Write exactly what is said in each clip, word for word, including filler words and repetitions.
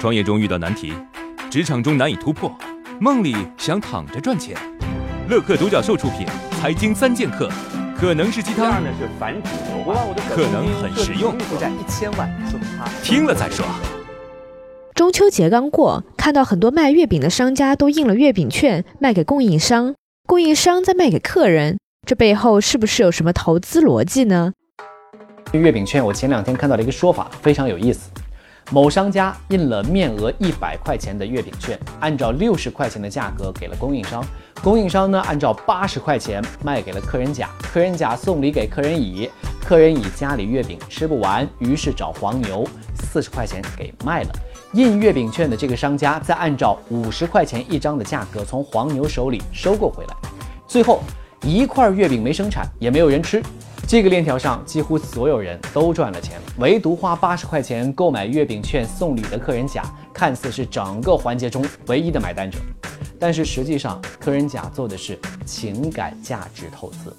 创业中遇到难题，职场中难以突破，梦里想躺着赚钱。乐客独角兽出品，财经三剑客，可能是鸡汤，可能很实用，听了再说。 中秋节刚过，看到很多卖月饼的商家都印了月饼券卖给供应商，供应商再卖给客人，这背后是不是有什么投资逻辑呢？ 月饼券，我前两天看到了一个说法，非常有意思。某商家印了面额一百块钱的月饼券，按照六十块钱的价格给了供应商，供应商呢按照八十块钱卖给了客人甲，客人甲送礼给客人乙，客人乙家里月饼吃不完，于是找黄牛，四十块钱给卖了。印月饼券的这个商家再按照五十块钱一张的价格从黄牛手里收购回来，最后一块月饼没生产，也没有人吃。这个链条上几乎所有人都赚了钱，唯独花八十块钱购买月饼券送礼的客人甲，看似是整个环节中唯一的买单者，但是实际上客人甲做的是情感价值投资。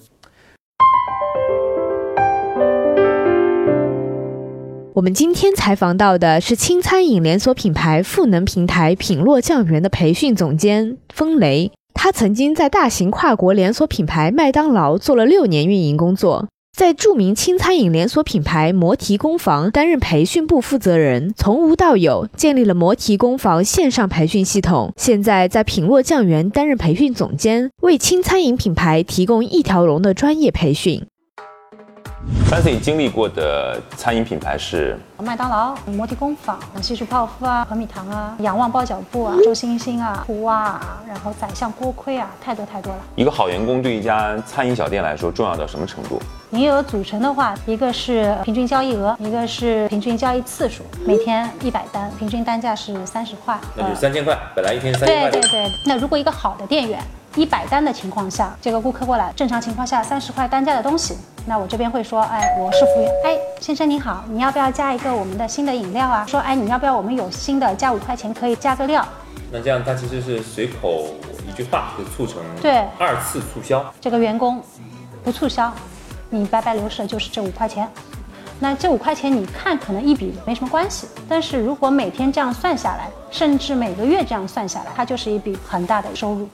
我们今天采访到的是轻餐饮连锁品牌赋能平台品洛酱园的培训总监风雷，他曾经在大型跨国连锁品牌麦当劳做了六年运营工作，在著名轻餐饮连锁品牌摩提工坊担任培训部负责人，从无到有建立了摩提工坊线上培训系统，现在在品洛酱园担任培训总监，为轻餐饮品牌提供一条龙的专业培训。 Fancy 经历过的餐饮品牌是麦当劳、摩提工坊、西厨泡芙啊、和米堂啊、仰望包脚布啊、周星星啊、普蛙啊，然后宰相锅盔啊，太多太多了。 一个好员工对一家餐饮小店来说重要到什么程度？ 营业额组成的话，一个是平均交易额，一个是平均交易次数，每天一百单，平均单价是三十块， 那就是三千块，本来一天三千块。 对对对，那如果一个好的店员，一百单的情况下，这个顾客过来，正常情况下三十块单价的东西，那我这边会说，哎，我是服务员，哎，先生您好，你要不要加一个我们的新的饮料啊？说，哎，你要不要我们有新的加五块钱可以加个料？ 那这样它其实是随口一句话就促成对二次促销。 这个员工不促销，你白白流失的就是这五块钱。那这五块钱你看可能一笔没什么关系，但是如果每天这样算下来，甚至每个月这样算下来，它就是一笔很大的收入。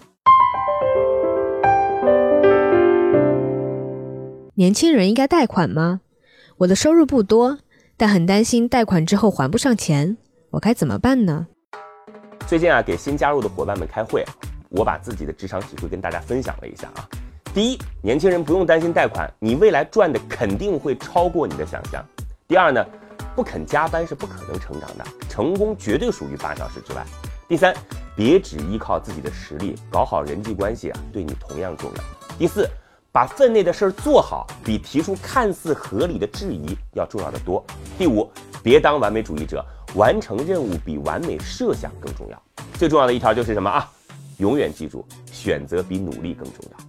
年轻人应该贷款吗？我的收入不多，但很担心贷款之后还不上钱，我该怎么办呢？ 最近啊，给新加入的伙伴们开会，我把自己的职场体会跟大家分享了一下啊。第一，年轻人不用担心贷款，你未来赚的肯定会超过你的想象。第二呢，不肯加班是不可能成长的，成功绝对属于八小时之外。第三，别只依靠自己的实力，搞好人际关系啊，对你同样重要。第四，把分内的事儿做好，比提出看似合理的质疑要重要的多。第五，别当完美主义者，完成任务比完美设想更重要。最重要的一条就是什么啊？永远记住，选择比努力更重要。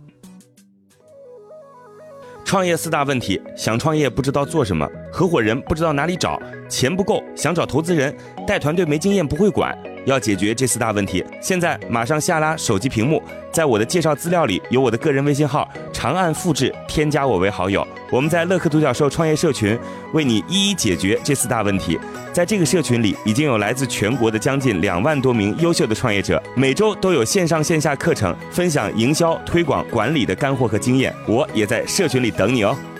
创业四大问题：想创业不知道做什么，合伙人不知道哪里找，钱不够想找投资人，带团队没经验不会管。要解决这四大问题，现在马上下拉手机屏幕，在我的介绍资料里有我的个人微信号，长按复制，添加我为好友。我们在乐客独角兽创业社群为你一一解决这四大问题。在这个社群里，已经有来自全国的将近两万多名优秀的创业者，每周都有线上线下课程分享营销、推广、管理的干货和经验。我也在社群里等你哦。